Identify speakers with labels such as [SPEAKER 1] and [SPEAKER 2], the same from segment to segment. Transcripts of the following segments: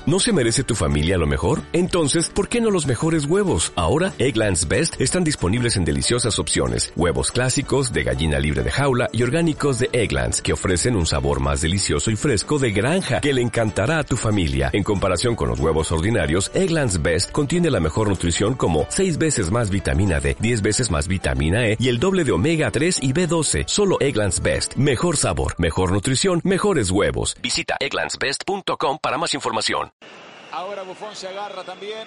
[SPEAKER 1] ¿No se merece tu familia lo mejor? Entonces, ¿por qué no los mejores huevos? Ahora, Eggland's Best están disponibles en deliciosas opciones. Huevos clásicos, de gallina libre de jaula y orgánicos de Eggland's, que ofrecen un sabor más delicioso y fresco de granja que le encantará a tu familia. En comparación con los huevos ordinarios, Eggland's Best contiene la mejor nutrición como 6 veces más vitamina D, 10 veces más vitamina E y el doble de omega 3 y B12. Solo Eggland's Best. Mejor sabor, mejor nutrición, mejores huevos. Visita egglandsbest.com para más información.
[SPEAKER 2] Ahora Buffon se agarra también.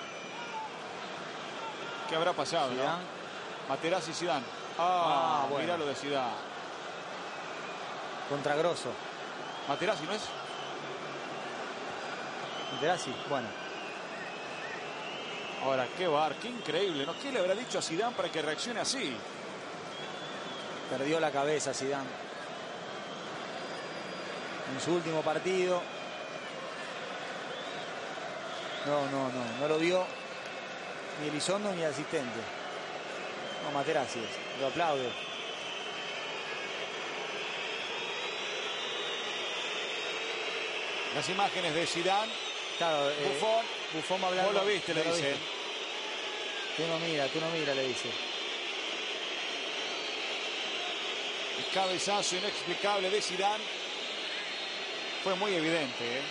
[SPEAKER 2] ¿Qué habrá pasado, no? Materazzi y Zidane. Bueno. Mirá lo de Zidane.
[SPEAKER 3] Contra Grosso.
[SPEAKER 2] Materazzi, ¿no es?
[SPEAKER 3] Materazzi, bueno.
[SPEAKER 2] Ahora, qué increíble, ¿no? ¿Qué le habrá dicho a Zidane para que reaccione así?
[SPEAKER 3] Perdió la cabeza Zidane. En su último partido. No lo vio ni Elizondo ni el asistente. No, Materazzi es. Lo aplaude.
[SPEAKER 2] Las imágenes de Zidane.
[SPEAKER 3] Claro, Buffon va a hablar.
[SPEAKER 2] Vos lo viste, le dice.
[SPEAKER 3] Tú no mira, le dice.
[SPEAKER 2] El cabezazo inexplicable de Zidane fue muy evidente, ¿eh?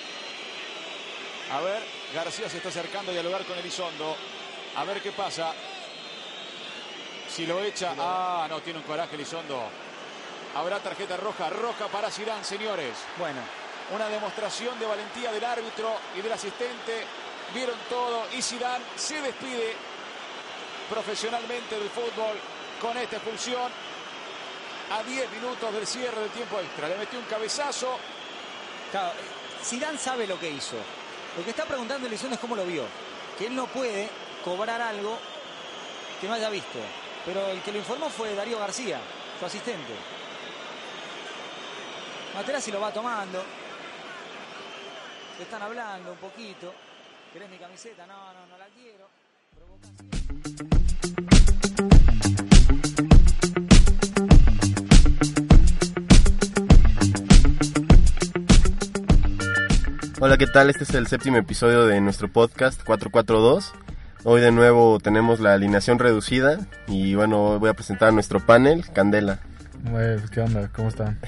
[SPEAKER 2] A ver, García se está acercando a dialogar con Elizondo. A ver qué pasa. Si lo echa. No, tiene un coraje Elizondo. Habrá tarjeta roja para Zidane, señores.
[SPEAKER 3] Bueno.
[SPEAKER 2] Una demostración de valentía del árbitro y del asistente. Vieron todo y Zidane se despide profesionalmente del fútbol con esta expulsión. A 10 minutos del cierre del tiempo extra. Le metió un cabezazo.
[SPEAKER 3] Claro, Zidane sabe lo que hizo. Lo que está preguntando Elizondo es cómo lo vio. Que él no puede cobrar algo que no haya visto. Pero el que lo informó fue Darío García, su asistente. Materazzi lo va tomando. Se están hablando un poquito. ¿Querés mi camiseta? No la quiero.
[SPEAKER 4] Hola, ¿qué tal? Este es el 7º episodio de nuestro podcast 442. Hoy de nuevo tenemos la alineación reducida y bueno, voy a presentar a nuestro panel, Candela.
[SPEAKER 5] ¿Qué onda? ¿Cómo están?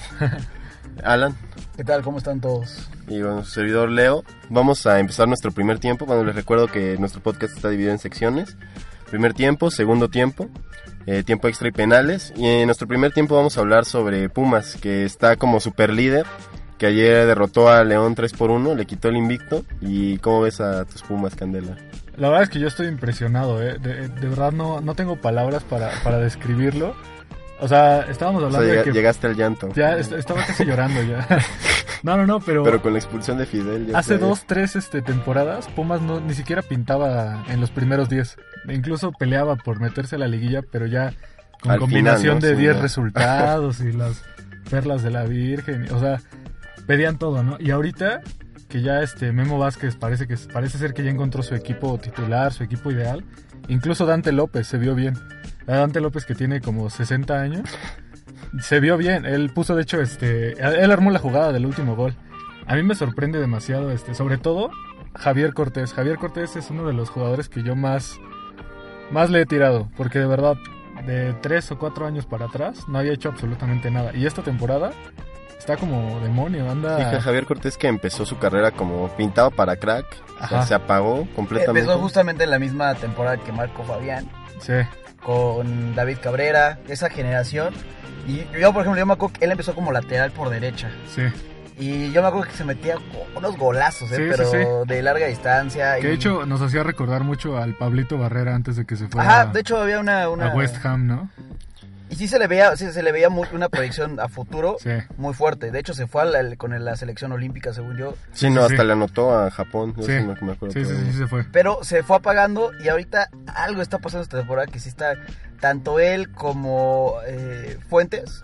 [SPEAKER 4] Alan.
[SPEAKER 6] ¿Qué tal? ¿Cómo están todos?
[SPEAKER 4] Y bueno, su servidor Leo. Vamos a empezar nuestro primer tiempo. Bueno, les recuerdo que nuestro podcast está dividido en secciones. Primer tiempo, segundo tiempo, tiempo extra y penales. Y en nuestro primer tiempo vamos a hablar sobre Pumas, que está como super líder, que ayer derrotó a León 3-1, le quitó el invicto. ¿Y cómo ves a tus Pumas, Candela?
[SPEAKER 5] La verdad es que yo estoy impresionado, de verdad no tengo palabras para describirlo. O sea, estábamos hablando de que...
[SPEAKER 4] Llegaste al llanto.
[SPEAKER 5] Ya, estaba casi llorando ya. No, pero...
[SPEAKER 4] Pero con la expulsión de Fidel...
[SPEAKER 5] Hace 2-3 temporadas, Pumas ni siquiera pintaba en los primeros 10. Incluso peleaba por meterse a la liguilla, pero ya con
[SPEAKER 4] al
[SPEAKER 5] combinación
[SPEAKER 4] final, ¿no?
[SPEAKER 5] de 10 resultados y las perlas de la Virgen. O sea, pedían todo, ¿no? Y ahorita que ya Memo Vázquez parece ser que ya encontró su equipo titular, su equipo ideal. Incluso Dante López se vio bien. Dante López, que tiene como 60 años, se vio bien. Él puso, de hecho, él armó la jugada del último gol. A mí me sorprende demasiado, sobre todo Javier Cortés. Javier Cortés es uno de los jugadores que yo más le he tirado, porque de verdad, de 3 o 4 años para atrás, no había hecho absolutamente nada. Y esta temporada está como demonio, anda...
[SPEAKER 4] Fíjate, Javier Cortés, que empezó su carrera como pintado para crack, se apagó completamente.
[SPEAKER 6] Empezó justamente en la misma temporada que Marco Fabián.
[SPEAKER 5] Sí.
[SPEAKER 6] Con David Cabrera, esa generación. Y yo, por ejemplo, me acuerdo que él empezó como lateral por derecha.
[SPEAKER 5] Sí.
[SPEAKER 6] Y yo me acuerdo que se metía unos golazos, pero de larga distancia.
[SPEAKER 5] Que de hecho nos hacía recordar mucho al Pablito Barrera antes de que se fuera.
[SPEAKER 6] Ajá, de hecho había una...
[SPEAKER 5] a West Ham, ¿no?
[SPEAKER 6] Y sí se le veía una proyección a futuro muy fuerte. De hecho se fue con la selección olímpica, según yo.
[SPEAKER 4] Sí, no, hasta le anotó a Japón.
[SPEAKER 5] Sí,
[SPEAKER 4] me acuerdo.
[SPEAKER 5] Sí, se fue.
[SPEAKER 6] Pero se fue apagando y ahorita algo está pasando esta temporada que sí está... Tanto él como Fuentes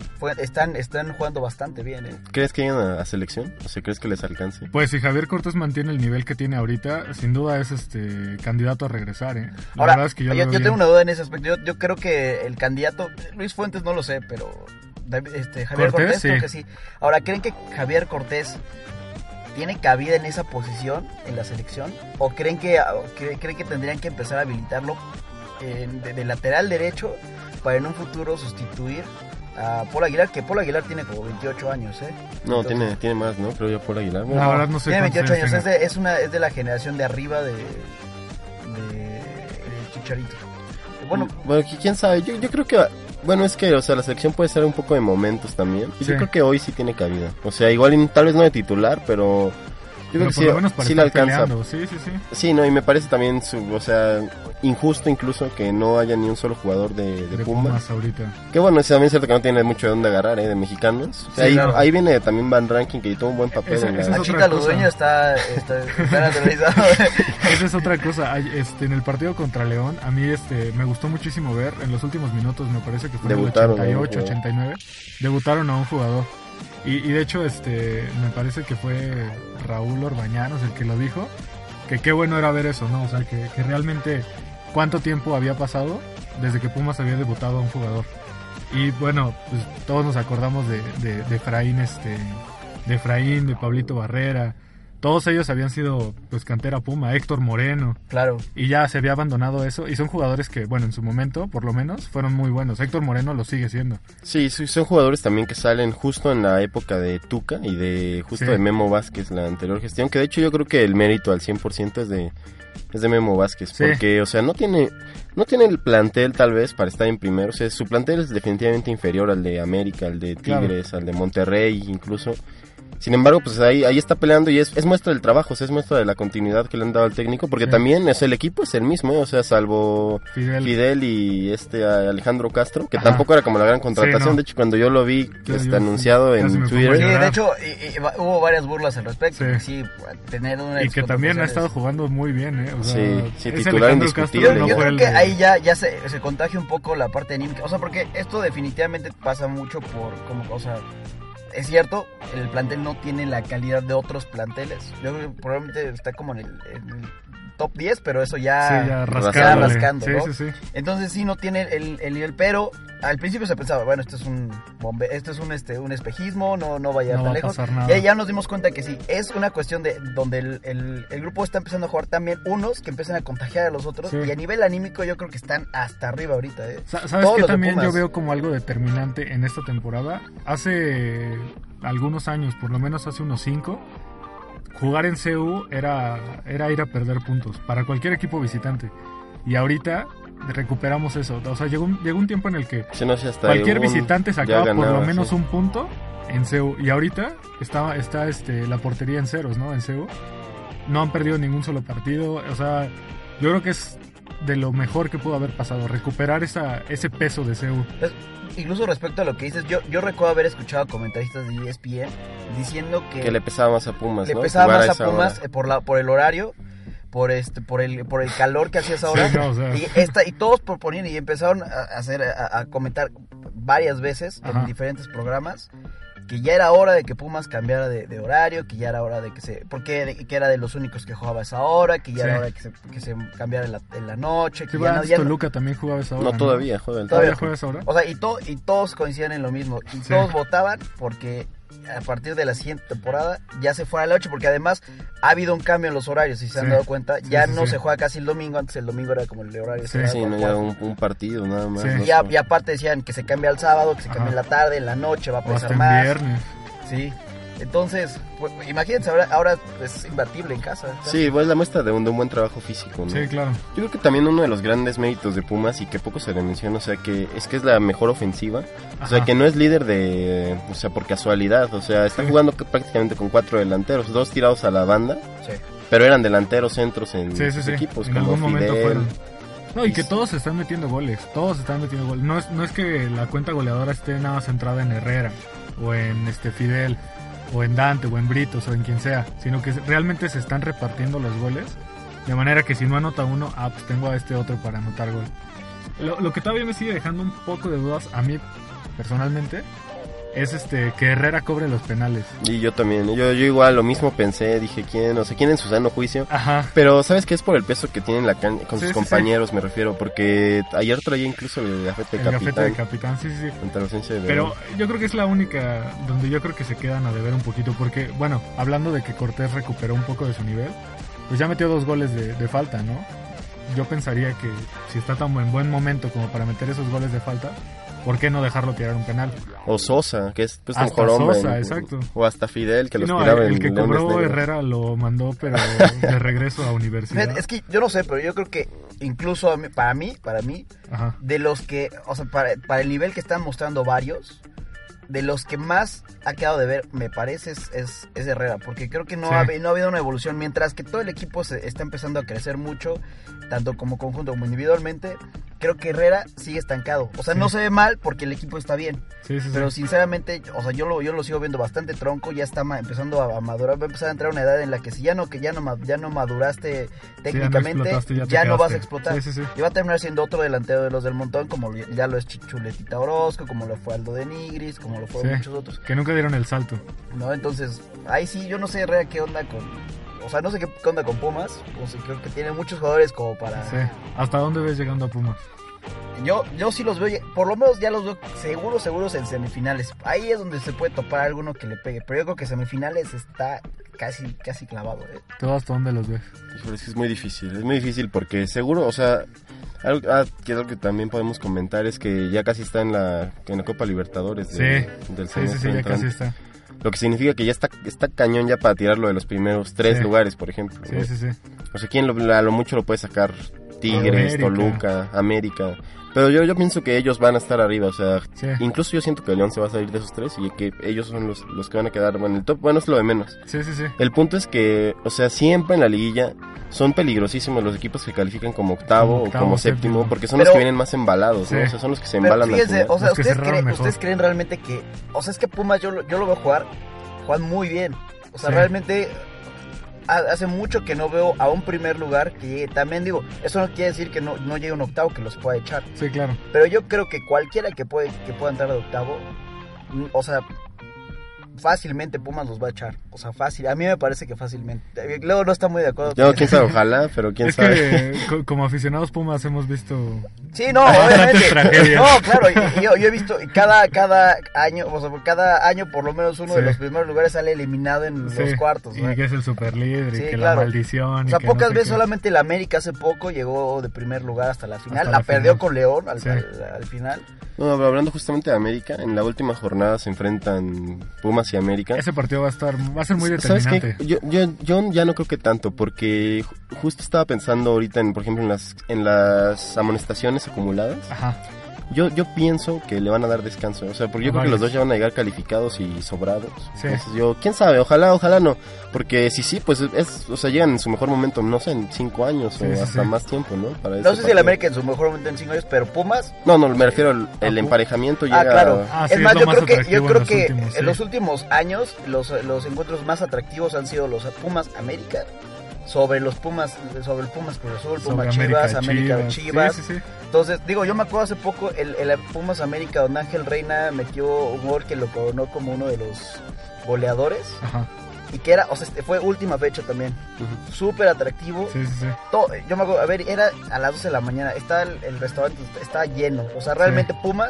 [SPEAKER 6] están jugando bastante bien.
[SPEAKER 4] ¿Crees que lleguen a selección? O sea, ¿crees que les alcance?
[SPEAKER 5] Pues si Javier Cortés mantiene el nivel que tiene ahorita, sin duda es candidato a regresar. La
[SPEAKER 6] Ahora,
[SPEAKER 5] verdad es que
[SPEAKER 6] yo tengo una duda en ese aspecto. Yo creo que el candidato, Luis Fuentes no lo sé, pero Javier Cortés
[SPEAKER 5] sí.
[SPEAKER 6] creo que sí. Ahora, ¿creen que Javier Cortés ¿tiene cabida en esa posición en la selección? ¿O creen que tendrían que empezar a habilitarlo de lateral derecho para en un futuro sustituir a Paul Aguilar, que Paul Aguilar tiene como 28 años, ¿eh?
[SPEAKER 4] No, entonces, tiene más, ¿no? Creo yo Paul Aguilar.
[SPEAKER 5] La verdad no sé.
[SPEAKER 6] Tiene 28 años, es de la generación de arriba de Chicharito. Bueno,
[SPEAKER 4] quién sabe, yo creo que, bueno, es que, o sea, la selección puede ser un poco de momentos también, y yo creo que hoy sí tiene cabida, o sea, igual tal vez no de titular, pero yo creo que sí la alcanza. Sí, no, y me parece también, o sea, injusto incluso que no haya ni un solo jugador de Pumas
[SPEAKER 5] ahorita.
[SPEAKER 4] Que bueno, es también cierto que no tiene mucho de dónde agarrar, de mexicanos. O sea, ahí viene también Van Ranking, que tuvo un buen papel.
[SPEAKER 6] La chica Ludueño está naturalizado.
[SPEAKER 5] Esa es otra cosa. En el partido contra León, a mí me gustó muchísimo ver, en los últimos minutos, me parece que fue en el 88, 89, debutaron a un jugador. Y de hecho, me parece que fue Raúl Orbañanos el que lo dijo, que qué bueno era ver eso, ¿no? O sea, que realmente cuánto tiempo había pasado desde que Pumas había debutado a un jugador. Y bueno, pues todos nos acordamos de Efraín, de Efraín, de Pablito Barrera. Todos ellos habían sido, pues, cantera Puma, Héctor Moreno.
[SPEAKER 6] Claro.
[SPEAKER 5] Y ya se había abandonado eso. Y son jugadores que, bueno, en su momento, por lo menos, fueron muy buenos. Héctor Moreno lo sigue siendo.
[SPEAKER 4] Sí, son jugadores también que salen justo en la época de Tuca y de Memo Vázquez, la anterior gestión. Que de hecho yo creo que el mérito al 100% es de Memo Vázquez. Sí. Porque, o sea, no tiene el plantel tal vez para estar en primero. O sea, su plantel es definitivamente inferior al de América, al de Tigres, al de Monterrey incluso. Sin embargo, pues ahí está peleando y es muestra del trabajo, o sea, es muestra de la continuidad que le han dado al técnico, porque también el equipo es el mismo, o sea, salvo Fidel y Alejandro Castro, que tampoco era como la gran contratación. De hecho, cuando yo lo vi anunciado en Twitter.
[SPEAKER 6] Sí, de hecho, hubo varias burlas al respecto. Tener una
[SPEAKER 5] y que también ha estado jugando muy bien, o
[SPEAKER 4] sea, sí, titular indiscutible.
[SPEAKER 6] Yo creo que ahí ya se contagia un poco la parte anímica, o sea, porque esto definitivamente pasa mucho o sea, es cierto, el plantel no tiene la calidad de otros planteles. Yo creo que probablemente está como en el top 10, pero eso ya rascando, ¿no? Sí. Entonces sí no tiene el nivel, pero al principio se pensaba, bueno, esto es un espejismo, no vaya tan lejos. Y ya nos dimos cuenta que sí, es una cuestión de donde el grupo está empezando a jugar también unos que empiezan a contagiar a los otros, y a nivel anímico yo creo que están hasta arriba ahorita.
[SPEAKER 5] ¿Sabes qué también yo veo como algo determinante en esta temporada? Hace algunos años, por lo menos hace unos 5, jugar en CU era ir a perder puntos para cualquier equipo visitante. Y ahorita recuperamos eso. O sea, llegó un tiempo en el que cualquier visitante sacaba por lo menos un punto en CU. Y ahorita está la portería en ceros, ¿no? En CU. No han perdido ningún solo partido. O sea, yo creo que es de lo mejor que pudo haber pasado, recuperar ese peso de CU.
[SPEAKER 6] Incluso respecto a lo que dices, yo recuerdo haber escuchado comentaristas de ESPN diciendo que
[SPEAKER 4] le pesaba más a Pumas,
[SPEAKER 6] le pesaba más a Pumas por el horario, por el calor que hacía esa hora.
[SPEAKER 5] Sí, no, o sea.
[SPEAKER 6] y todos proponían y empezaron a comentar varias veces en diferentes programas que ya era hora de que Pumas cambiara de horario, que ya era hora de que era de los únicos que jugaba esa hora, que ya era hora que se cambiara en la noche.
[SPEAKER 5] Que Toluca también jugaba esa hora.
[SPEAKER 4] No, todavía juega.
[SPEAKER 5] ¿Todavía juega esa hora?
[SPEAKER 6] O sea, y todos coincidían en lo mismo. Y todos votaban porque a partir de la siguiente temporada ya se fuera a la 8, porque además ha habido un cambio en los horarios, si se han dado cuenta. Ya no se juega casi el domingo, antes el domingo era como el horario.
[SPEAKER 4] No, ya un partido nada más.
[SPEAKER 6] Sí. Y aparte decían que se cambia al sábado, que se cambia en la tarde, en la noche, va a pesar más.
[SPEAKER 5] Viernes.
[SPEAKER 6] Sí. Entonces, pues, imagínense, ahora es imbatible en casa. ¿sabes?
[SPEAKER 4] Sí, pues la muestra de un buen trabajo físico, ¿no?
[SPEAKER 5] Sí, claro.
[SPEAKER 4] Yo creo que también uno de los grandes méritos de Pumas, y que poco se le menciona, o sea, que es la mejor ofensiva. O sea, que no es líder por casualidad. O sea, está jugando prácticamente con 4 delanteros, 2 tirados a la banda. Sí. Pero eran delanteros centros en sus equipos,
[SPEAKER 5] en
[SPEAKER 4] como
[SPEAKER 5] algún momento
[SPEAKER 4] Fidel.
[SPEAKER 5] Fueron. No, y que todos se están metiendo goles. No es que la cuenta goleadora esté nada centrada en Herrera, o en Fidel, o en Dante, o en Britos, o en quien sea, sino que realmente se están repartiendo los goles, de manera que si no anota uno, pues tengo a este otro para anotar gol. Lo que todavía me sigue dejando un poco de dudas a mí personalmente es que Herrera cobre los penales.
[SPEAKER 4] Y yo también, yo igual lo mismo pensé, dije, ¿quién en su sano juicio?
[SPEAKER 5] Ajá.
[SPEAKER 4] Pero ¿sabes qué? Es por el peso que tiene en la cancha, con
[SPEAKER 5] Sí,
[SPEAKER 4] sus
[SPEAKER 5] sí,
[SPEAKER 4] compañeros, me refiero, porque ayer traía incluso el gafete de
[SPEAKER 5] El
[SPEAKER 4] capitán.
[SPEAKER 5] gafete de capitán, sí.
[SPEAKER 4] Ante la ausencia de
[SPEAKER 5] Pero yo creo que es la única donde yo creo que se quedan a deber un poquito, porque, bueno, hablando de que Cortés recuperó un poco de su nivel, pues ya metió 2 goles de falta, ¿no? Yo pensaría que si está tan en buen momento como para meter esos goles de falta, ¿por qué no dejarlo tirar un penal?
[SPEAKER 4] O Sosa, que es pues
[SPEAKER 5] Hasta
[SPEAKER 4] mejor hombre.
[SPEAKER 5] Sosa, exacto.
[SPEAKER 4] O hasta Fidel, que
[SPEAKER 5] Sí,
[SPEAKER 4] los
[SPEAKER 5] no,
[SPEAKER 4] tiraba
[SPEAKER 5] el
[SPEAKER 4] en
[SPEAKER 5] que
[SPEAKER 4] Leones
[SPEAKER 5] cobró
[SPEAKER 4] Negros.
[SPEAKER 5] Herrera lo mandó, pero de regreso a universidad.
[SPEAKER 6] Es que yo no sé, pero yo creo que incluso para mí,
[SPEAKER 5] Ajá.
[SPEAKER 6] de los que, o sea, para el nivel que están mostrando varios, de los que más ha quedado de ver, me parece, es Herrera, porque creo que no ha habido una evolución, mientras que todo el equipo se está empezando a crecer mucho, tanto como conjunto como individualmente. Creo que Herrera sigue estancado, o sea, no se ve mal porque el equipo está bien, pero sinceramente, o sea, yo lo sigo viendo bastante tronco, ya está empezando a madurar, va a empezar a entrar a una edad en la que si ya no maduraste técnicamente, ya no vas a explotar, y va a terminar siendo otro delantero de los del montón, como ya lo es Chuletita Orozco, como lo fue Aldo de Nigris, como lo fueron muchos otros.
[SPEAKER 5] Que nunca dieron el salto.
[SPEAKER 6] No, entonces, ahí sí, yo no sé Herrera qué onda o sea, no sé qué onda con Pumas, o sea, creo que tiene muchos jugadores como para...
[SPEAKER 5] Sí. ¿Hasta dónde ves llegando a Pumas?
[SPEAKER 6] Yo sí los veo, por lo menos ya los veo seguros en semifinales. Ahí es donde se puede topar alguno que le pegue, pero yo creo que semifinales está casi clavado.
[SPEAKER 5] ¿Tú hasta dónde los ves?
[SPEAKER 4] Híjole, es muy difícil porque seguro, o sea, algo que también podemos comentar es que ya casi está en la Copa Libertadores del semestre
[SPEAKER 5] ya
[SPEAKER 4] entrante.
[SPEAKER 5] casi está.
[SPEAKER 4] Lo que significa que ya está cañón ya para tirarlo de los primeros 3 lugares, por ejemplo. ¿no?
[SPEAKER 5] Sí.
[SPEAKER 4] O sea, ¿quién a lo mucho lo puede sacar? Tigres, Toluca, América. Pero yo pienso que ellos van a estar arriba, o sea, incluso yo siento que el León se va a salir de esos 3 y que ellos son los que van a quedar, bueno, el top, bueno, es lo de menos.
[SPEAKER 5] Sí.
[SPEAKER 4] El punto es que, o sea, siempre en la liguilla son peligrosísimos los equipos que califican como octavo o como séptimo, porque son los que vienen más embalados, ¿no? O sea, son los que se embalan.
[SPEAKER 6] Pero fíjense, o sea,
[SPEAKER 5] ¿ustedes
[SPEAKER 6] creen realmente que, o sea, es que Pumas yo lo veo jugar muy bien, o sea, realmente... Hace mucho que no veo a un primer lugar que llegue. También digo, eso no quiere decir que no llegue un octavo que los pueda echar.
[SPEAKER 5] Sí, claro.
[SPEAKER 6] Pero yo creo que cualquiera que pueda entrar de octavo, o sea, fácilmente Pumas los va a echar. O sea, fácil. A mí me parece que fácilmente. Luego no está muy de acuerdo.
[SPEAKER 4] Yo, quién sabe, ojalá, pero quién sabe.
[SPEAKER 5] Es que como aficionados Pumas hemos visto...
[SPEAKER 6] Sí, no, obviamente. No, claro, yo he visto cada año, o sea, cada año por lo menos uno de los primeros lugares sale eliminado en los cuartos, ¿no?
[SPEAKER 5] Y que es el superlíder y que
[SPEAKER 6] claro.
[SPEAKER 5] la maldición.
[SPEAKER 6] O sea, pocas veces solamente el América hace poco llegó de primer lugar hasta la final. La perdió con León al final.
[SPEAKER 4] No, pero hablando justamente de América, en la última jornada se enfrentan Pumas y América.
[SPEAKER 5] Ese partido va a ser muy determinante.
[SPEAKER 4] ¿Sabes qué? Yo ya no creo que tanto, porque justo estaba pensando ahorita por ejemplo, en las amonestaciones acumuladas.
[SPEAKER 5] Ajá.
[SPEAKER 4] Yo pienso que le van a dar descanso, o sea, porque yo creo que los dos ya van a llegar calificados y sobrados.
[SPEAKER 5] Sí.
[SPEAKER 4] Entonces quién sabe, ojalá no, porque sí, pues o sea, llegan en su mejor momento, no sé, en 5 años o hasta más tiempo, ¿no?
[SPEAKER 6] No sé si el América en su mejor momento en 5 años, pero Pumas...
[SPEAKER 4] No, me refiero al emparejamiento llega...
[SPEAKER 6] claro. Es más, yo creo que
[SPEAKER 5] últimos,
[SPEAKER 6] en los últimos años los encuentros más atractivos han sido los Pumas América sobre el Pumas Cruz Azul, Pumas Chivas, América Chivas.
[SPEAKER 5] Sí.
[SPEAKER 6] Entonces, digo, yo me acuerdo hace poco el Pumas América donde Ángel Reina metió un gol que lo coronó como uno de los goleadores.
[SPEAKER 5] Ajá.
[SPEAKER 6] Y que era, o sea, fue última fecha también. Súper atractivo.
[SPEAKER 5] Sí.
[SPEAKER 6] Todo, yo me acuerdo, a ver, era a las 12 de la mañana. Está el restaurante, está lleno. O sea, realmente Pumas,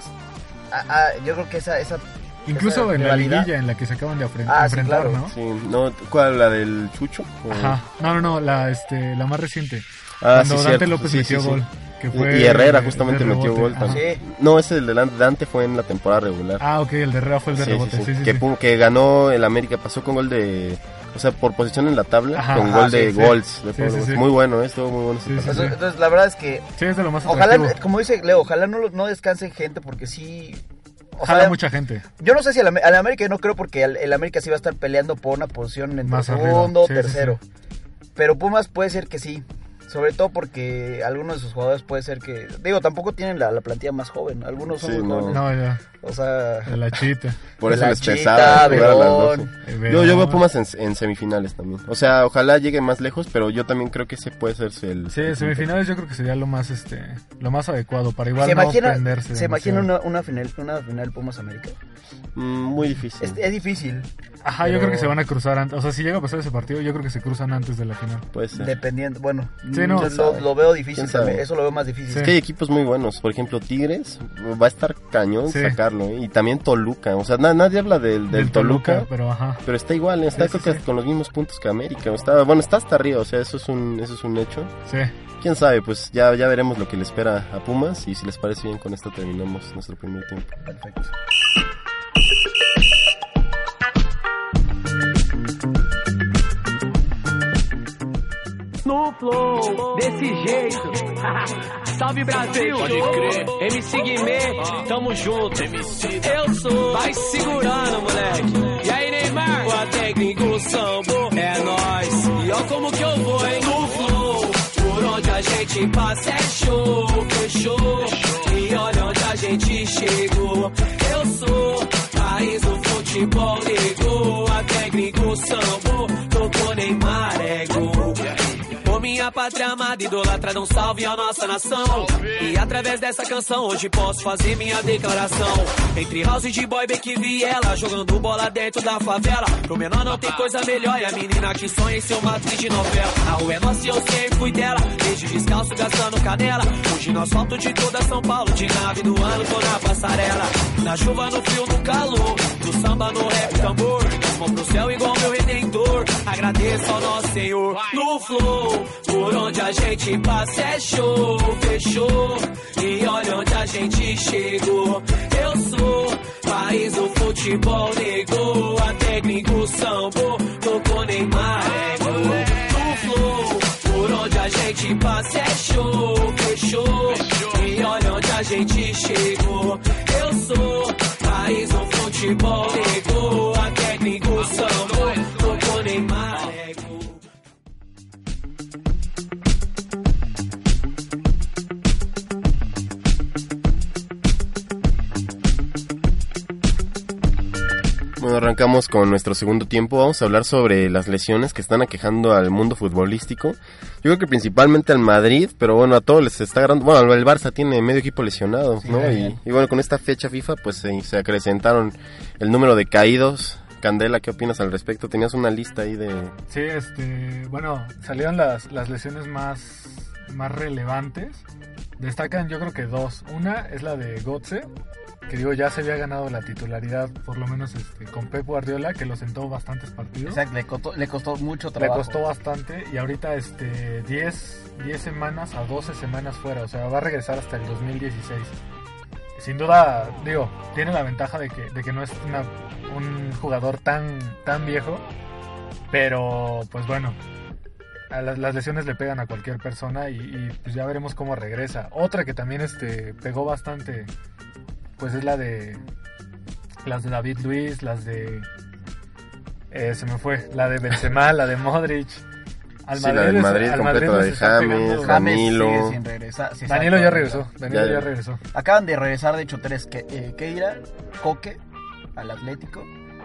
[SPEAKER 6] yo creo que esa
[SPEAKER 5] incluso en la liguilla en la que se acaban de enfrentar,
[SPEAKER 6] sí, claro.
[SPEAKER 5] ¿no?
[SPEAKER 4] Sí, no, ¿cuál? ¿La del Chucho?
[SPEAKER 5] Ajá. No, la más reciente.
[SPEAKER 4] Cuando
[SPEAKER 5] Dante López metió gol. Que fue
[SPEAKER 4] y Herrera justamente metió gol también.
[SPEAKER 6] Sí.
[SPEAKER 4] No, ese el de Dante fue en la temporada regular.
[SPEAKER 5] Ok, el de Herrera fue el de rebote. Sí.
[SPEAKER 4] Que ganó el América, pasó con gol de... O sea, por posición en la tabla, con gol de Golds. Muy bueno, estuvo muy bueno.
[SPEAKER 6] Entonces, la verdad es que...
[SPEAKER 5] Sí, es de lo más
[SPEAKER 6] ojalá,
[SPEAKER 5] atractivo.
[SPEAKER 6] como dice Leo, ojalá no descansen gente porque sí...
[SPEAKER 5] Ojalá mucha gente.
[SPEAKER 6] Yo no sé si al América no creo porque el América sí va a estar peleando por una posición entre
[SPEAKER 5] más
[SPEAKER 6] segundo o
[SPEAKER 5] arriba.
[SPEAKER 6] tercero. Pero Pumas puede ser que sí. Sobre todo porque algunos de sus jugadores puede ser que... Digo, tampoco tienen la plantilla más joven. Algunos son
[SPEAKER 4] Sí,
[SPEAKER 6] muy
[SPEAKER 4] no.
[SPEAKER 6] jóvenes.
[SPEAKER 5] No, ya.
[SPEAKER 6] O sea...
[SPEAKER 5] La chita.
[SPEAKER 4] Por eso
[SPEAKER 6] La
[SPEAKER 4] les
[SPEAKER 6] Chita,
[SPEAKER 4] pesaba jugar a las
[SPEAKER 6] Verón.
[SPEAKER 4] 12. Yo veo Pumas en semifinales también. O sea, ojalá llegue más lejos, pero yo también creo que ese puede ser el...
[SPEAKER 5] Sí, semifinales yo creo que sería lo más adecuado para igual
[SPEAKER 6] ¿Se
[SPEAKER 5] no
[SPEAKER 6] imagina,
[SPEAKER 5] prenderse.
[SPEAKER 6] ¿se imagina
[SPEAKER 5] demasiado.
[SPEAKER 6] una final Pumas América?
[SPEAKER 4] Muy difícil.
[SPEAKER 6] Es difícil.
[SPEAKER 5] Ajá,
[SPEAKER 6] pero-
[SPEAKER 5] yo creo que se van a cruzar antes. O sea, si llega a pasar ese partido, yo creo que se cruzan antes de la final.
[SPEAKER 4] Puede ser.
[SPEAKER 6] Dependiendo, bueno,
[SPEAKER 5] Sí, no.
[SPEAKER 6] lo veo difícil
[SPEAKER 4] ¿Quién sabe?
[SPEAKER 6] también, eso lo veo más difícil.
[SPEAKER 5] Sí.
[SPEAKER 4] Es que hay equipos muy buenos. Por ejemplo, Tigres va a estar cañón
[SPEAKER 5] Sí.
[SPEAKER 4] sacarlo. Y también Toluca. O sea, nadie habla del Toluca.
[SPEAKER 5] Pero ajá.
[SPEAKER 4] Pero está igual, está
[SPEAKER 5] Sí,
[SPEAKER 4] creo
[SPEAKER 5] sí,
[SPEAKER 4] que
[SPEAKER 5] sí.
[SPEAKER 4] con los mismos puntos que América. Está hasta arriba, o sea, eso es un hecho.
[SPEAKER 5] Sí.
[SPEAKER 4] Quién sabe, pues ya veremos lo que le espera a Pumas. Y si les parece bien, con esto terminamos nuestro primer tiempo.
[SPEAKER 6] Perfecto.
[SPEAKER 7] No flow, desse jeito. Salve Brasil, pode crer. MC Guimê, tamo junto. Eu sou, vai segurando, moleque. E aí, Neymar? O técnico Sambo, é nóis. E ó como que eu vou, hein? No flow, por onde a gente passa é show, fechou. E olha onde a gente chegou. Eu sou, país do futebol, negou. A técnico Sambo, tocou Neymar, é gol. Ô minha pátria amada, idolatrada, um salve à nossa nação. E através dessa canção hoje posso fazer minha declaração. Entre house de boy, Beck e Viela, jogando bola dentro da favela. Pro menor não tem coisa melhor, e a menina que sonha em ser uma atriz de novela. A rua é nossa e eu sempre fui dela, desde descalço gastando canela. Hoje no asfalto de toda São Paulo, de nave do ano tô na passarela. Na chuva, no frio, no calor, do samba, no rap, tambor. Mão pro céu igual meu redentor, agradeço ao nosso Senhor. No flow, por onde a gente passa é show, fechou. E olha onde a gente chegou. Eu sou, país do futebol, negou. A técnico Sambo, tocou Neymar, é gol. No flow, por onde a gente passa é show, fechou. E olha onde a gente chegou. Eu sou, país do futebol, negou. A técnico Sambo, tocou Neymar, é gol.
[SPEAKER 4] Bueno, arrancamos con nuestro segundo tiempo. Vamos a hablar sobre las lesiones que están aquejando al mundo futbolístico. Yo creo que principalmente al Madrid, pero bueno, a todos les está agarrando. Bueno, el Barça tiene medio equipo lesionado,
[SPEAKER 6] Sí,
[SPEAKER 4] ¿no? Y bueno, con esta fecha FIFA, pues se acrecentaron el número de caídos. Candela, ¿qué opinas al respecto? Tenías una lista ahí de...
[SPEAKER 5] Sí, bueno, salieron las lesiones más relevantes. Destacan yo creo que dos. Una es la de Götze, que digo ya se había ganado la titularidad por lo menos con Pep Guardiola, que lo sentó bastantes partidos.
[SPEAKER 6] Exacto, le costó mucho
[SPEAKER 5] Le
[SPEAKER 6] trabajo.
[SPEAKER 5] costó bastante y ahorita 10 semanas a 12 semanas fuera, o sea, va a regresar hasta el 2016. Sin duda, digo, tiene la ventaja de que no es un jugador tan viejo, pero pues bueno, a las lesiones le pegan a cualquier persona y pues ya veremos cómo regresa. Otra que también pegó bastante, pues es las de David Luiz, las de se me fue, la de Benzema, la de Modric. Al
[SPEAKER 4] Sí, la del Madrid
[SPEAKER 5] al
[SPEAKER 4] completo,
[SPEAKER 5] les
[SPEAKER 4] la de
[SPEAKER 5] está
[SPEAKER 4] James,
[SPEAKER 5] pegando.
[SPEAKER 6] James
[SPEAKER 4] Danilo.
[SPEAKER 6] sigue sin regresar. Sí,
[SPEAKER 5] Danilo
[SPEAKER 6] exacto.
[SPEAKER 5] ya regresó, Danilo
[SPEAKER 4] Ya-
[SPEAKER 5] ya regresó.
[SPEAKER 6] Acaban de regresar, de hecho, tres. Keira, Coque, al Atlético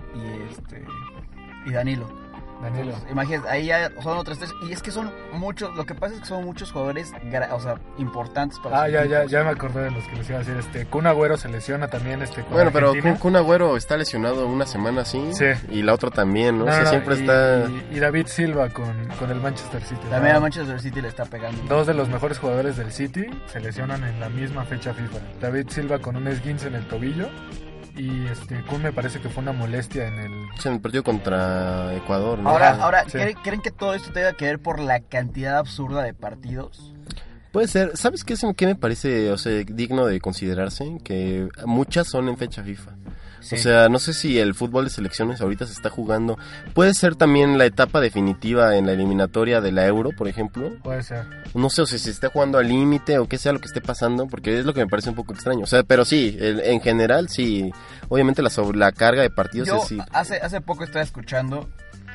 [SPEAKER 6] y Danilo.
[SPEAKER 5] Danilo.
[SPEAKER 6] Imagínate, ahí ya son otros tres. Y es que son muchos, lo que pasa es que son muchos jugadores, importantes para sus equipos.
[SPEAKER 5] Ya me acordé de los que les iba a decir. Kun Agüero se lesiona también con
[SPEAKER 4] Bueno, pero
[SPEAKER 5] Argentina.
[SPEAKER 4] Kun Agüero está lesionado una semana así,
[SPEAKER 5] Sí.
[SPEAKER 4] y la otra también, ¿no? O sea,
[SPEAKER 5] No,
[SPEAKER 4] siempre
[SPEAKER 5] y,
[SPEAKER 4] está...
[SPEAKER 5] y David Silva con el Manchester City.
[SPEAKER 6] También
[SPEAKER 5] ¿no?
[SPEAKER 6] a Manchester City le está pegando.
[SPEAKER 5] Dos de los mejores jugadores del City se lesionan en la misma fecha FIFA. David Silva con un esguince en el tobillo y Kun me parece que fue una molestia en el...
[SPEAKER 4] en el partido contra Ecuador, ¿no?
[SPEAKER 6] Ahora
[SPEAKER 5] Sí.
[SPEAKER 6] ¿creen que todo esto tenga que ver por la cantidad absurda de partidos?
[SPEAKER 4] Puede ser. ¿Sabes qué me parece, o sea, digno de considerarse? Que muchas son en fecha FIFA.
[SPEAKER 6] Sí.
[SPEAKER 4] O sea, no sé si el fútbol de selecciones ahorita se está jugando. Puede ser también la etapa definitiva en la eliminatoria de la Euro, por ejemplo.
[SPEAKER 5] Puede ser.
[SPEAKER 4] No sé, o sea, si se está jugando al límite o qué sea lo que esté pasando, porque es lo que me parece un poco extraño. O sea, pero sí, en general, sí. Obviamente la carga de partidos
[SPEAKER 6] Yo
[SPEAKER 4] es sí.
[SPEAKER 6] hace poco estaba escuchando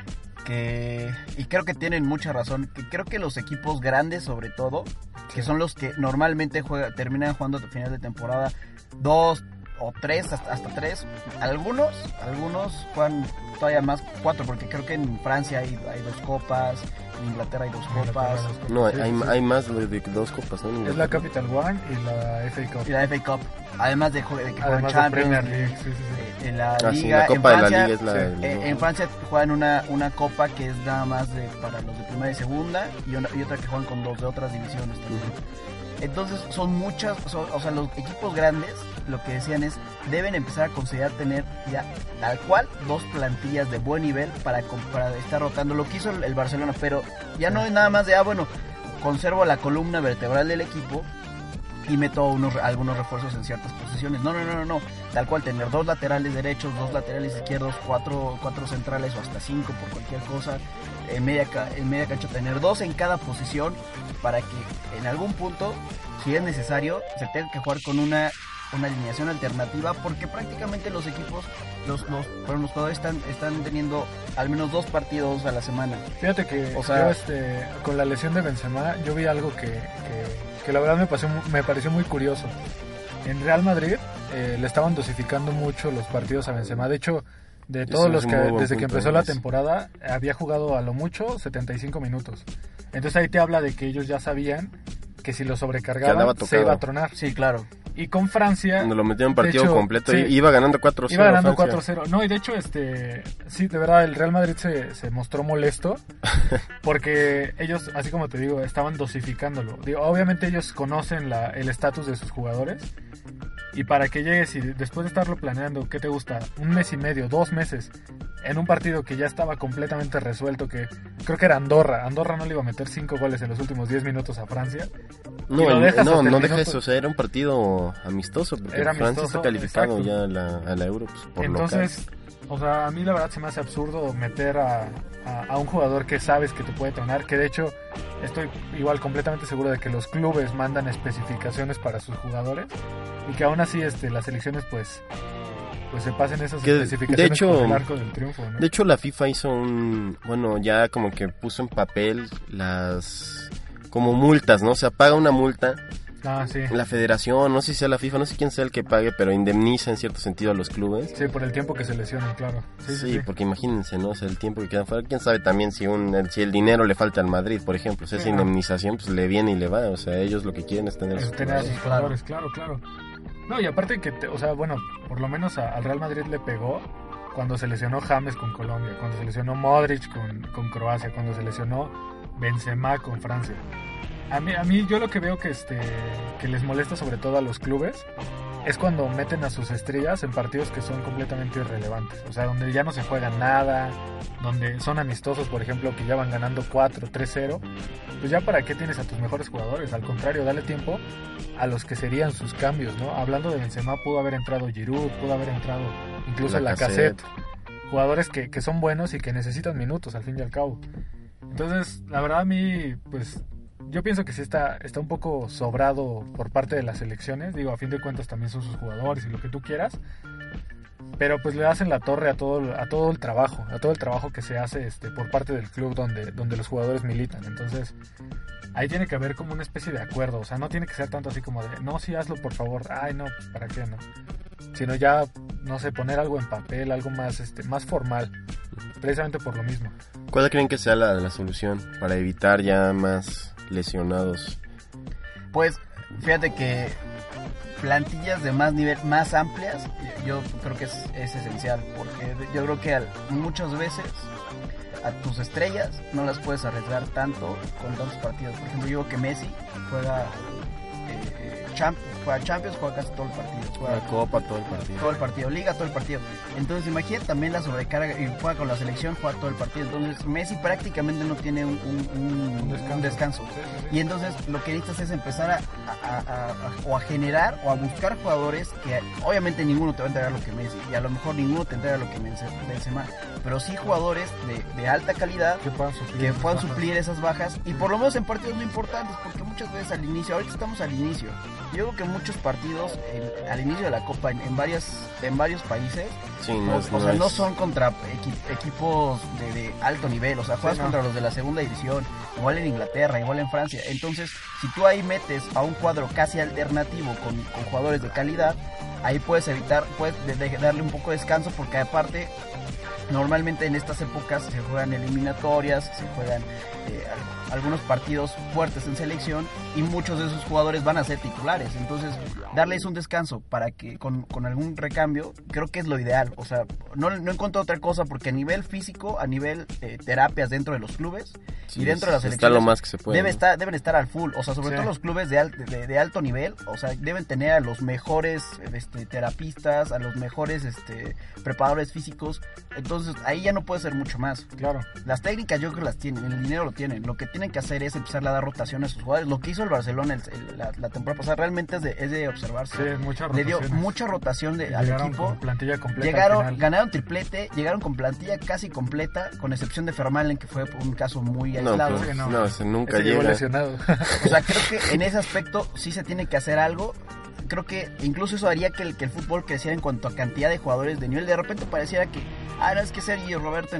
[SPEAKER 6] y creo que tienen mucha razón, que creo que los equipos grandes sobre todo, que son los que normalmente terminan jugando a final de temporada 2 o 3, hasta 3, algunos juegan todavía más 4, porque creo que en Francia hay 2 copas, en Inglaterra hay 2 copas.
[SPEAKER 4] No, hay más de 2 copas, ¿no?
[SPEAKER 5] Es la Capital One y la FA Cup.
[SPEAKER 6] Y la FA Cup, además de que juegan
[SPEAKER 5] Además
[SPEAKER 6] Champions,
[SPEAKER 5] de Premier League, sí.
[SPEAKER 6] En la
[SPEAKER 4] Sí,
[SPEAKER 6] Liga,
[SPEAKER 4] la Copa
[SPEAKER 6] en
[SPEAKER 4] de
[SPEAKER 6] Francia,
[SPEAKER 4] la Liga es la...
[SPEAKER 6] en Francia juegan una copa que es nada más para los de primera y segunda, y otra que juegan con los de otras divisiones también. Entonces son muchas, o sea, los equipos grandes, lo que decían es, deben empezar a considerar tener ya tal cual 2 plantillas de buen nivel para estar rotando, lo que hizo el Barcelona, pero ya no es nada más de, bueno, conservo la columna vertebral del equipo y meto algunos refuerzos en ciertas posiciones. No, tal cual tener 2 laterales derechos, 2 laterales izquierdos, 4 centrales o hasta 5 por cualquier cosa, en media cancha tener 2 en cada posición, para que en algún punto, si es necesario, se tenga que jugar con una alineación alternativa, porque prácticamente los equipos, los jugadores están teniendo al menos 2 partidos a la semana.
[SPEAKER 5] Fíjate que
[SPEAKER 6] o sea,
[SPEAKER 5] yo, con la lesión de Benzema, yo vi algo que la verdad me pareció muy curioso. En Real Madrid le estaban dosificando mucho los partidos a Benzema. De hecho, de todos los que desde que empezó la temporada había jugado a lo mucho 75 minutos. Entonces ahí te habla de que ellos ya sabían que si lo sobrecargaban se iba a tronar.
[SPEAKER 6] Sí, claro.
[SPEAKER 5] Y con Francia,
[SPEAKER 4] cuando lo metieron partido completo,
[SPEAKER 5] sí,
[SPEAKER 4] iba ganando 4-0.
[SPEAKER 5] Iba ganando 4-0. No, y de hecho, sí, de verdad, el Real Madrid se mostró molesto porque ellos, así como te digo, estaban dosificándolo. Obviamente ellos conocen el estatus de sus jugadores, y para que llegues y después de estarlo planeando, ¿qué te gusta? 1 mes y medio, 2 meses, en un partido que ya estaba completamente resuelto, que creo que era Andorra no le iba a meter 5 goles en los últimos 10 minutos a Francia.
[SPEAKER 4] No deja eso, o sea, era un partido amistoso, porque Francia está calificado, exacto, ya a la Euro, pues, por
[SPEAKER 5] entonces
[SPEAKER 4] local.
[SPEAKER 5] O sea, a mí la verdad se me hace absurdo meter a un jugador que sabes que te puede tronar, que de hecho estoy igual completamente seguro de que los clubes mandan especificaciones para sus jugadores, y que aún así las selecciones pues se pasen esas especificaciones con el arco del triunfo, ¿no?
[SPEAKER 4] De hecho, la FIFA hizo ya como que puso en papel las como multas, ¿no? O sea, paga una multa.
[SPEAKER 5] Sí.
[SPEAKER 4] La federación, no sé si sea la FIFA, no sé quién sea el que pague, pero indemniza en cierto sentido a los clubes.
[SPEAKER 5] Sí, por el tiempo que se lesionan, claro. Sí,
[SPEAKER 4] porque imagínense, ¿no? O sea, el tiempo que quedan fuera, quién sabe también si el dinero le falta al Madrid, por ejemplo. O sea, esa indemnización pues le viene y le va. O sea, ellos lo que quieren es tener a sus
[SPEAKER 5] jugadores, claro. No, y aparte que, por lo menos al Real Madrid le pegó cuando se lesionó James con Colombia, cuando se lesionó Modric con Croacia, cuando se lesionó Benzema con Francia. A mí yo lo que veo que les molesta sobre todo a los clubes es cuando meten a sus estrellas en partidos que son completamente irrelevantes, o sea, donde ya no se juega nada, donde son amistosos, por ejemplo, que ya van ganando 4-3-0, pues ya para qué tienes a tus mejores jugadores. Al contrario, dale tiempo a los que serían sus cambios, ¿no? Hablando de Benzema, pudo haber entrado Giroud, pudo haber entrado incluso Lacazette, jugadores que son buenos y que necesitan minutos al fin y al cabo. Entonces, la verdad a mí, pues yo pienso que sí está un poco sobrado por parte de las selecciones. Digo, a fin de cuentas también son sus jugadores y lo que tú quieras, pero pues le hacen la torre a todo el trabajo que se hace por parte del club donde los jugadores militan. Entonces ahí tiene que haber como una especie de acuerdo, o sea, no tiene que ser tanto así como de no, sí, hazlo por favor, ay no, pues para qué no, sino ya, no sé, poner algo en papel, algo más más formal, precisamente por lo mismo.
[SPEAKER 4] ¿Cuál creen que sea la solución para evitar ya más lesionados?
[SPEAKER 6] Pues fíjate que plantillas de más nivel, más amplias, yo creo que es esencial, porque yo creo que muchas veces a tus estrellas no las puedes arriesgar tanto con tantos partidos. Por ejemplo, yo digo que Messi juega Champions, juega casi todo el partido, juega
[SPEAKER 4] Copa todo el partido,
[SPEAKER 6] Liga todo el partido. Entonces imagínate también la sobrecarga, y juega con la selección, juega todo el partido. Entonces Messi prácticamente no tiene un descanso. Sí. Y entonces lo que necesitas es empezar a generar o a buscar jugadores que obviamente ninguno te va a entregar lo que Messi, y a lo mejor ninguno te entrega lo que Benzema, pero sí jugadores de alta calidad
[SPEAKER 5] que puedan
[SPEAKER 6] suplir esas bajas, y por lo menos en partidos muy importantes, porque muchas veces al inicio, ahorita estamos al inicio, yo creo que muchos partidos al inicio de la Copa en varios países,
[SPEAKER 4] Sí,
[SPEAKER 6] no son contra equipos de alto nivel, o sea, juegas contra los de la segunda división, igual en Inglaterra, igual en Francia. Entonces, si tú ahí metes a un cuadro casi alternativo con jugadores de calidad, ahí puedes darle un poco de descanso, porque aparte, normalmente en estas épocas se juegan eliminatorias, se juegan algunos partidos fuertes en selección, y muchos de esos jugadores van a ser titulares. Entonces, darles un descanso para que con algún recambio, creo que es lo ideal. O sea, no encuentro otra cosa, porque a nivel físico, a nivel terapias dentro de los clubes, sí, y dentro de las selecciones,
[SPEAKER 4] está lo más que se puede,
[SPEAKER 6] deben estar al full. O sea, sobre todo los clubes de alto nivel, o sea, deben tener a los mejores terapistas, a los mejores preparadores físicos. Entonces, ahí ya no puede ser mucho más.
[SPEAKER 5] Claro.
[SPEAKER 6] Las técnicas yo creo que las tienen, el dinero lo tienen. Lo que tienen que hacer es empezar a dar rotación a sus jugadores. Lo que hizo el Barcelona la temporada pasada realmente es de observarse.
[SPEAKER 5] Sí, mucha
[SPEAKER 6] Le
[SPEAKER 5] rotación.
[SPEAKER 6] dio mucha rotación al equipo.
[SPEAKER 5] Con plantilla completa.
[SPEAKER 6] Ganaron triplete, llegaron con plantilla casi completa, con excepción de Fermalen, que fue un caso muy aislado.
[SPEAKER 4] Nunca
[SPEAKER 5] llegó
[SPEAKER 4] llega.
[SPEAKER 5] Lesionado.
[SPEAKER 6] O sea, creo que en ese aspecto sí se tiene que hacer algo. Creo que incluso eso haría que el fútbol creciera en cuanto a cantidad de jugadores de nivel. De repente pareciera que, no, es que Sergio Roberto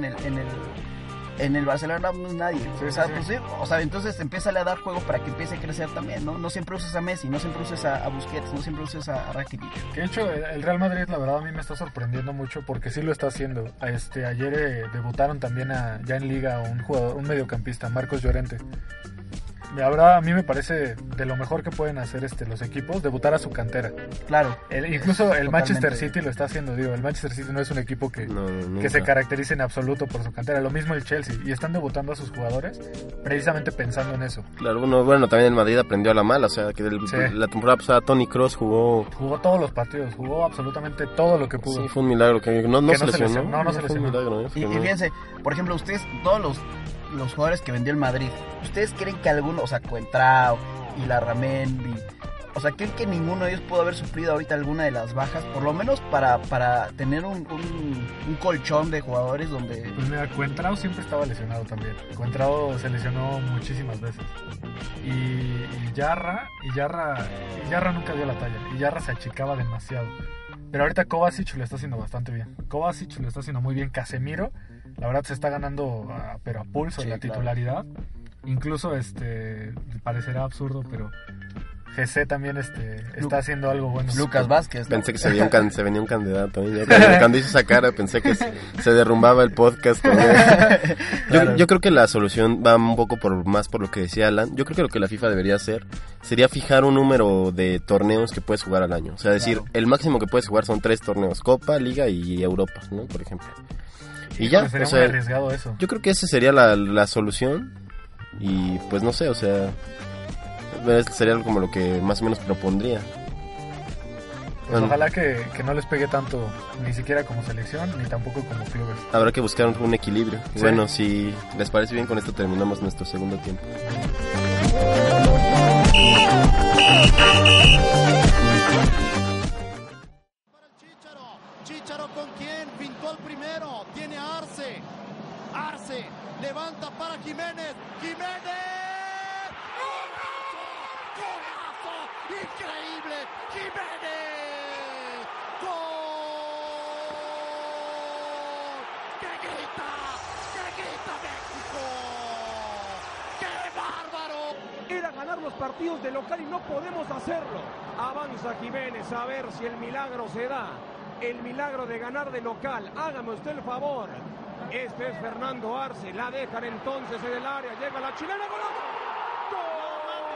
[SPEAKER 6] en el Barcelona no es nadie. O sea, entonces empieza a dar juego para que empiece a crecer también, ¿no? No siempre usas a Messi, no siempre usas a Busquets, no siempre usas a Rakitic.
[SPEAKER 5] Que de hecho el Real Madrid, la verdad, a mí me está sorprendiendo mucho, porque sí lo está haciendo. Ayer debutaron también ya en Liga un mediocampista, Marcos Llorente. La verdad, a mí me parece de lo mejor que pueden hacer los equipos, debutar a su cantera.
[SPEAKER 6] Claro.
[SPEAKER 5] Incluso el Manchester City lo está haciendo, el Manchester City no es un equipo que se caracterice en absoluto por su cantera. Lo mismo el Chelsea, y están debutando a sus jugadores precisamente pensando en eso.
[SPEAKER 4] Claro, bueno, también el Madrid aprendió a la mala, o sea, que la temporada pasada Toni Kroos jugó
[SPEAKER 5] todos los partidos, jugó absolutamente todo lo que pudo.
[SPEAKER 4] Sí, fue un milagro que no se lesionó.
[SPEAKER 5] No se lesionó.
[SPEAKER 4] Fue un milagro,
[SPEAKER 6] y fíjense, por ejemplo, ustedes, todos los jugadores que vendió el Madrid, ¿ustedes creen que alguno, o sea, Coentrao y Larramendi, o sea, creen que ninguno de ellos pudo haber suplido ahorita alguna de las bajas, por lo menos para tener un colchón de jugadores donde...
[SPEAKER 5] Pues mira, Coentrao siempre estaba lesionado también. Coentrao se lesionó muchísimas veces. Y Yarra nunca dio la talla. Y Yarra se achicaba demasiado. Pero ahorita Kovacic lo está haciendo bastante bien. Kovacic lo está haciendo muy bien. Casemiro, la verdad, se está ganando pero a pulso la titularidad. Claro. Incluso parecerá absurdo, pero GC también está haciendo algo bueno.
[SPEAKER 6] Lucas Vázquez, ¿no?
[SPEAKER 4] Pensé que se venía un candidato. Cuando hizo esa cara pensé que se derrumbaba el podcast. Claro. Yo creo que la solución va un poco más por lo que decía Alan. Yo creo que lo que la FIFA debería hacer sería fijar un número de torneos que puedes jugar al año. O sea, decir, el máximo que puedes jugar son 3 torneos: Copa, Liga y Europa, ¿no? Por ejemplo. Y ya,
[SPEAKER 5] sería muy arriesgado eso.
[SPEAKER 4] Yo creo que esa sería la solución. Y pues no sé, o sea, sería algo como lo que más o menos propondría.
[SPEAKER 5] Pues ojalá que no les pegue tanto, ni siquiera como selección, ni tampoco como clubes.
[SPEAKER 4] Habrá que buscar un equilibrio. Sí. Bueno, si les parece bien, con esto terminamos nuestro segundo tiempo.
[SPEAKER 8] Chícharo con quién, pintó el primero, tiene a Arce, levanta para Jiménez, ¡golazo! ¡Increíble! ¡Jiménez! ¡Gol! ¡Qué grita México! ¡Qué bárbaro!
[SPEAKER 9] Era ganar los partidos de local y no podemos hacerlo. Avanza Jiménez, a ver si el milagro se da. El milagro de ganar de local. Hágame usted el favor. Este es Fernando Arce. La dejan entonces en el área. Llega la chilena. ¡Gol!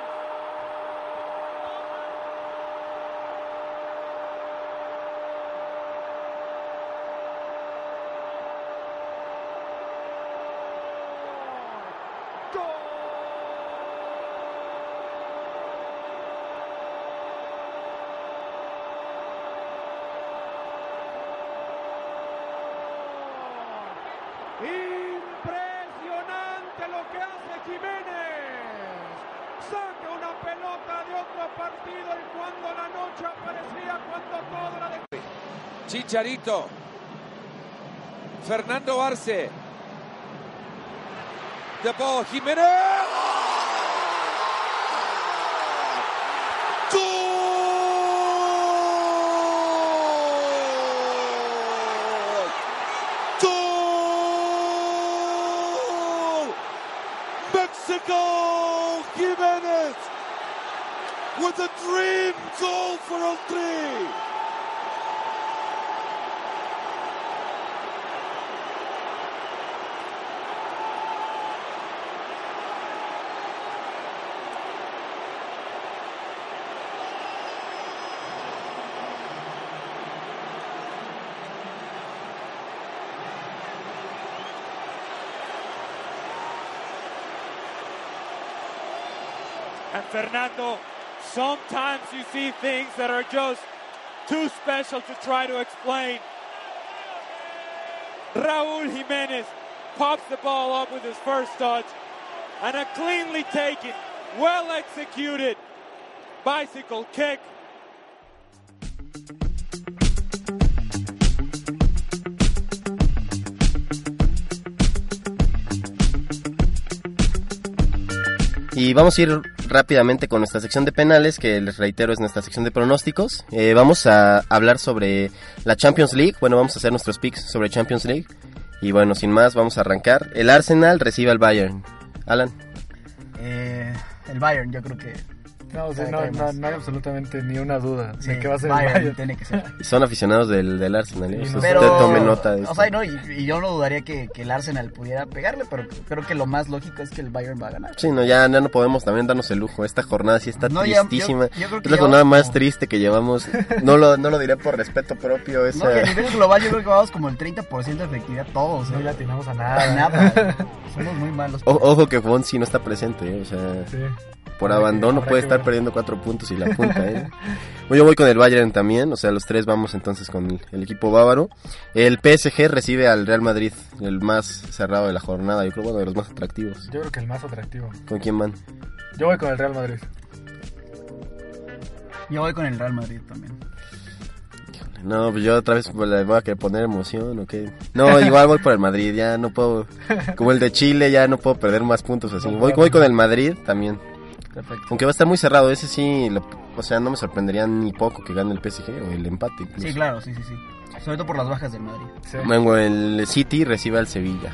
[SPEAKER 9] Impresionante lo que hace Jiménez. Saca una pelota de otro partido y cuando la noche aparecía, cuando todo era de...
[SPEAKER 10] Chicharito. Fernando Arce. De Paul Jiménez.
[SPEAKER 8] Mexico! Jiménez with a dream goal for el Tri.
[SPEAKER 11] And Fernando, sometimes you see things that are just too special to try to explain. Raúl Jiménez pops the ball up with his first touch, and a cleanly taken, well executed bicycle kick.
[SPEAKER 4] Y vamos a ir rápidamente con nuestra sección de penales, que les reitero es nuestra sección de pronósticos. Vamos a hablar sobre la Champions League. Bueno, vamos a hacer nuestros picks sobre Champions League. Y bueno, sin más, vamos a arrancar. El Arsenal recibe al Bayern. Alan.
[SPEAKER 6] El Bayern, yo creo que...
[SPEAKER 5] No, o sea, no hay absolutamente ni una duda
[SPEAKER 6] Sí,
[SPEAKER 5] de que va a ser
[SPEAKER 6] Bayern,
[SPEAKER 5] el Bayern.
[SPEAKER 6] Tiene que ser.
[SPEAKER 4] Y son aficionados del Arsenal, ¿eh?
[SPEAKER 5] Sí,
[SPEAKER 4] Usted
[SPEAKER 6] pero,
[SPEAKER 4] tome nota de esto.
[SPEAKER 6] o sea, no, y yo no dudaría que el Arsenal pudiera pegarle, pero creo que lo más lógico es que el Bayern va a ganar.
[SPEAKER 4] Sí, no, ya no podemos también darnos el lujo. Esta jornada sí está
[SPEAKER 6] No, ya,
[SPEAKER 4] tristísima.
[SPEAKER 6] yo creo que
[SPEAKER 4] Es la
[SPEAKER 6] ya
[SPEAKER 4] jornada
[SPEAKER 6] vamos
[SPEAKER 4] más
[SPEAKER 6] como-
[SPEAKER 4] triste que llevamos. No lo diré por respeto propio. Esa...
[SPEAKER 6] No, y a nivel global yo creo que vamos como el 30% de efectividad todos.
[SPEAKER 5] No
[SPEAKER 6] ¿eh?
[SPEAKER 5] le atinamos a
[SPEAKER 6] A
[SPEAKER 5] nada.
[SPEAKER 6] nada. Somos muy malos.
[SPEAKER 4] Ojo que Fonsi no está presente, ¿eh? O sea...
[SPEAKER 5] Sí.
[SPEAKER 4] Por
[SPEAKER 5] Habrá
[SPEAKER 4] abandono
[SPEAKER 5] que
[SPEAKER 4] puede estar
[SPEAKER 5] ver.
[SPEAKER 4] perdiendo 4 puntos y la punta, ¿eh? Yo voy con el Bayern también, o sea, los tres vamos entonces con el equipo bávaro. El PSG recibe al Real Madrid, el más cerrado de la jornada, yo creo, bueno, de los más atractivos.
[SPEAKER 5] Yo creo que el más atractivo.
[SPEAKER 4] ¿Con quién van?
[SPEAKER 5] Yo voy con el Real Madrid.
[SPEAKER 6] Yo voy con el Real Madrid también.
[SPEAKER 4] No, pues yo otra vez le voy a querer poner emoción, ¿o qué? No, igual voy por el Madrid, ya no puedo, como el de Chile, ya no puedo perder más puntos así. Voy con el Madrid también.
[SPEAKER 6] Perfecto.
[SPEAKER 4] Aunque va a estar muy cerrado, ese sí, o sea, no me sorprendería ni poco que gane el PSG o el empate incluso.
[SPEAKER 6] Sí, claro, sí. Sobre todo por las bajas del Madrid.
[SPEAKER 5] Sí.
[SPEAKER 4] Bueno, el City recibe al Sevilla.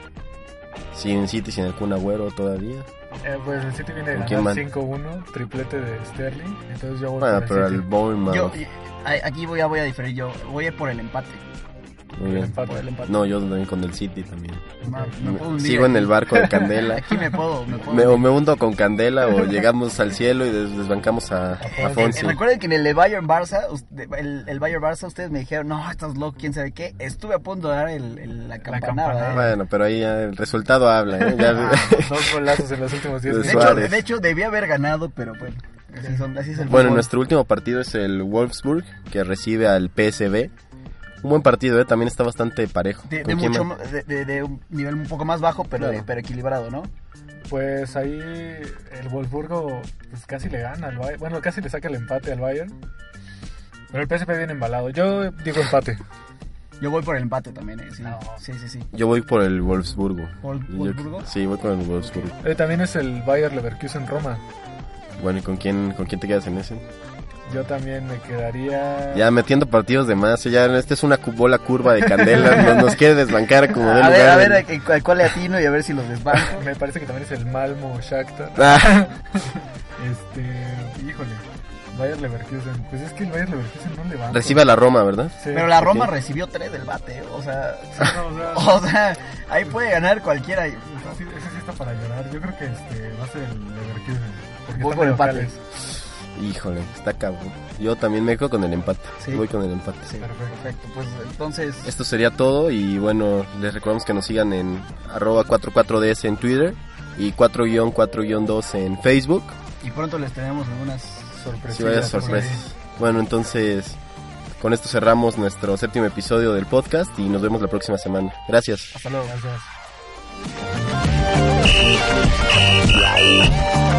[SPEAKER 4] Sin City, sin el Kun Agüero todavía.
[SPEAKER 5] Pues el City viene de
[SPEAKER 4] ¿Con quién
[SPEAKER 5] ganar
[SPEAKER 4] van?
[SPEAKER 5] 5-1, triplete de Sterling. Entonces yo voy
[SPEAKER 4] Bueno,
[SPEAKER 5] por
[SPEAKER 4] pero
[SPEAKER 5] el
[SPEAKER 4] el
[SPEAKER 5] City.
[SPEAKER 4] Bournemouth.
[SPEAKER 6] Aquí voy a diferir yo. Voy a ir por el empate.
[SPEAKER 4] Muy bien.
[SPEAKER 5] empate.
[SPEAKER 6] Por el empate.
[SPEAKER 4] No, yo también con el City también.
[SPEAKER 6] Me puedo hundir
[SPEAKER 4] Sigo en
[SPEAKER 6] aquí.
[SPEAKER 4] el barco de Candela.
[SPEAKER 6] Aquí me puedo
[SPEAKER 4] O me hundo con Candela o llegamos al cielo y desbancamos a Fonsi.
[SPEAKER 6] Recuerden que en el Bayern Barça, el Bayern Barça, ustedes me dijeron, no, estás loco, quién sabe qué. Estuve a punto de dar la campanada.
[SPEAKER 4] Bueno, pero ahí ya el resultado habla, ¿eh? Ya...
[SPEAKER 5] 2 golazos en los últimos 10
[SPEAKER 4] De
[SPEAKER 5] minutos.
[SPEAKER 4] Suárez.
[SPEAKER 6] De hecho, debía haber ganado, pero bueno, así es el
[SPEAKER 4] Bueno,
[SPEAKER 6] fútbol.
[SPEAKER 4] nuestro último partido es el Wolfsburg, que recibe al PSV. Un buen partido, ¿eh? También está bastante parejo.
[SPEAKER 6] De
[SPEAKER 4] ¿Con quién van?
[SPEAKER 6] de un nivel un poco más bajo, pero,
[SPEAKER 4] Claro.
[SPEAKER 6] pero equilibrado, ¿no?
[SPEAKER 5] Pues ahí el Wolfsburgo pues casi le gana al Bayern. Bueno, casi le saca el empate al Bayern. Pero el PSV viene embalado. Yo digo empate.
[SPEAKER 6] Yo voy por el empate también, sí.
[SPEAKER 5] No.
[SPEAKER 6] Sí.
[SPEAKER 4] Yo voy por el Wolfsburgo.
[SPEAKER 6] ¿Wolfsburgo?
[SPEAKER 4] Sí, voy con el Wolfsburgo.
[SPEAKER 5] También es el Bayer Leverkusen Roma.
[SPEAKER 4] Bueno, ¿y con quién te quedas en ese?
[SPEAKER 5] Yo también me quedaría...
[SPEAKER 4] Ya metiendo partidos de más, ya esta es una bola curva de Candela, nos quiere desbancar como de
[SPEAKER 6] A
[SPEAKER 4] lugar.
[SPEAKER 6] ver, ¿cuál le atino y a ver si los desbanco?
[SPEAKER 5] Me parece que también es el Malmo Shakhtar.
[SPEAKER 4] Ah,
[SPEAKER 5] Híjole. Bayer Leverkusen. Pues es que el Bayer Leverkusen no le va.
[SPEAKER 4] recibe a la Roma, ¿verdad?
[SPEAKER 5] Sí.
[SPEAKER 6] Pero la Roma
[SPEAKER 4] Ok.
[SPEAKER 6] recibió 3 del bate, o sea,
[SPEAKER 5] No,
[SPEAKER 6] o sea, ahí puede ganar cualquiera.
[SPEAKER 5] ese sí está para llorar. Yo creo que va a ser el Leverkusen. Porque
[SPEAKER 6] Voy
[SPEAKER 5] están
[SPEAKER 6] por
[SPEAKER 5] de
[SPEAKER 6] empate.
[SPEAKER 5] locales.
[SPEAKER 4] Híjole, está cabrón. Yo también me quedo con el empate.
[SPEAKER 6] Sí.
[SPEAKER 4] Voy con el empate.
[SPEAKER 6] Sí, perfecto. Pues entonces,
[SPEAKER 4] Esto sería todo y bueno, les recordamos que nos sigan en @44ds en Twitter y 4-4-2 en Facebook.
[SPEAKER 6] y pronto les tenemos algunas
[SPEAKER 5] Sorpresitas.
[SPEAKER 4] Si vaya sorpresas. Bueno, entonces con esto cerramos nuestro 7º episodio del podcast y nos vemos la próxima semana. Gracias.
[SPEAKER 6] Hasta luego.
[SPEAKER 5] Gracias.